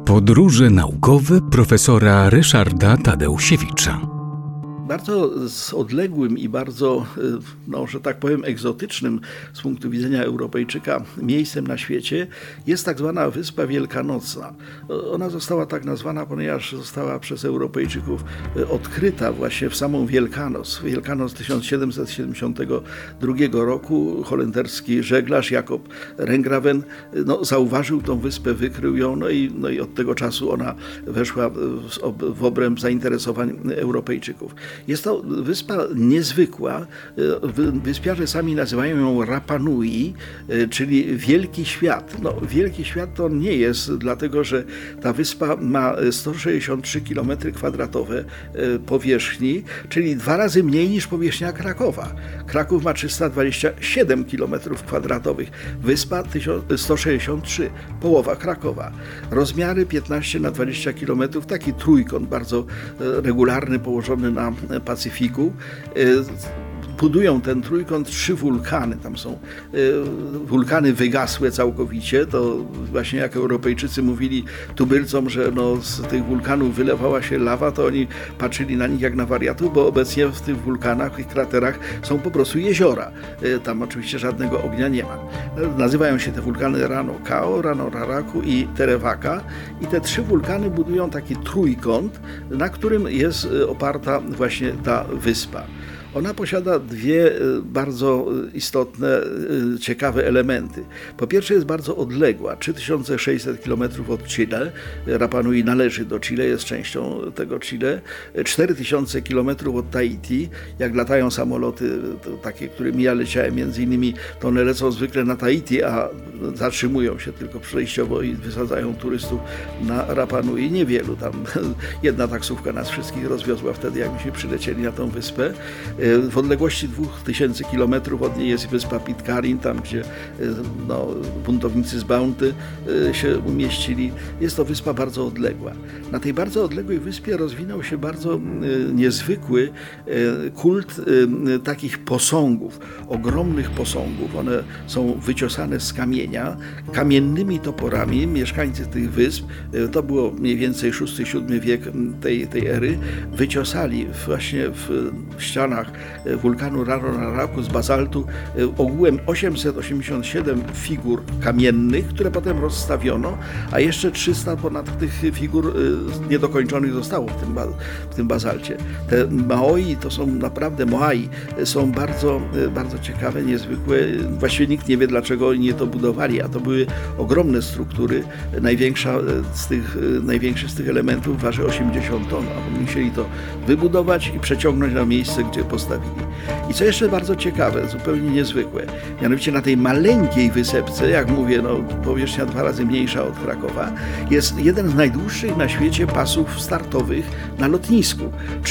Podróże naukowe profesora Ryszarda Tadeusiewicza. Bardzo odległym i bardzo, że tak powiem, egzotycznym z punktu widzenia Europejczyka miejscem na świecie jest tak zwana Wyspa Wielkanocna. Ona została tak nazwana, ponieważ została przez Europejczyków odkryta właśnie w samą Wielkanoc. Wielkanoc 1772 roku holenderski żeglarz Jacob Rengraven zauważył tą wyspę, wykrył ją, i od tego czasu ona weszła w obręb zainteresowań Europejczyków. Jest to wyspa niezwykła. Wyspiarze sami nazywają ją Rapa Nui, czyli Wielki Świat. Wielki Świat to on nie jest, dlatego że ta wyspa ma 163 km² powierzchni, czyli 2 razy mniej niż powierzchnia Krakowa. Kraków ma 327 km², wyspa 163, połowa Krakowa. Rozmiary 15×20 km, taki trójkąt bardzo regularny, położony na Pacyfiku. Budują ten trójkąt 3 wulkany. Tam są wulkany wygasłe całkowicie. To właśnie jak Europejczycy mówili tubylcom, że z tych wulkanów wylewała się lawa, to oni patrzyli na nich jak na wariatów, bo obecnie w tych wulkanach, w tych kraterach są po prostu jeziora. Tam oczywiście żadnego ognia nie ma. Nazywają się te wulkany Rano Kao, Rano Raraku i Terevaka. I te 3 wulkany budują taki trójkąt, na którym jest oparta właśnie ta wyspa. Ona posiada 2 bardzo istotne, ciekawe elementy. Po pierwsze jest bardzo odległa, 3600 km od Chile. Rapa Nui należy do Chile, jest częścią tego Chile. 4000 km od Tahiti. Jak latają samoloty, takie, którymi ja leciałem między innymi, to one lecą zwykle na Tahiti, a zatrzymują się tylko przejściowo i wysadzają turystów na Rapa Nui. Niewielu tam. Jedna taksówka nas wszystkich rozwiozła wtedy, jak myśmy przylecieli na tą wyspę. W odległości 2000 km od niej jest wyspa Pitcairn, tam gdzie buntownicy z Bounty się umieścili. Jest to wyspa bardzo odległa. Na tej bardzo odległej wyspie rozwinął się bardzo niezwykły kult takich posągów, ogromnych posągów. One są wyciosane z kamienia, kamiennymi toporami. Mieszkańcy tych wysp, to było mniej więcej VI-VII wiek tej ery, wyciosali właśnie w ścianach wulkanu Rano Raraku z bazaltu ogółem 887 figur kamiennych, które potem rozstawiono, a jeszcze 300 ponad tych figur niedokończonych zostało w tym bazalcie. Te Maoi, to są naprawdę Moai, są bardzo, bardzo ciekawe, niezwykłe. Właściwie nikt nie wie, dlaczego oni je to budowali, a to były ogromne struktury. Największy z tych elementów waży 80 ton, a musieli to wybudować i przeciągnąć na miejsce, gdzie postawili. I co jeszcze bardzo ciekawe, zupełnie niezwykłe, mianowicie na tej maleńkiej wysepce, jak mówię, powierzchnia 2 razy mniejsza od Krakowa, jest jeden z najdłuższych na świecie pasów startowych na lotnisku.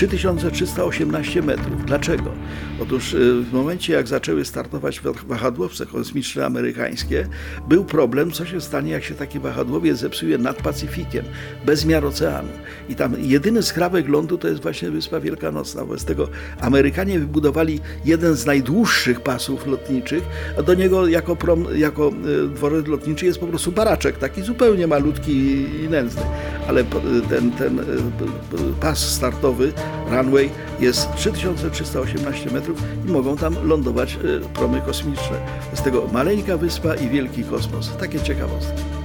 3318 metrów. Dlaczego? Otóż w momencie, jak zaczęły startować wahadłowce kosmiczne amerykańskie, był problem, co się stanie, jak się taki wahadłowiec zepsuje nad Pacyfikiem, bez miar oceanu. I tam jedyny skrawek lądu to jest właśnie Wyspa Wielkanocna. Wobec tego Amerykanie wybudowali jeden z najdłuższych pasów lotniczych, a do niego jako dworzec lotniczy jest po prostu baraczek, taki zupełnie malutki i nędzny. Ale ten pas startowy, runway, jest 3318 metrów i mogą tam lądować promy kosmiczne. Z tego maleńka wyspa i wielki kosmos. Takie ciekawostki.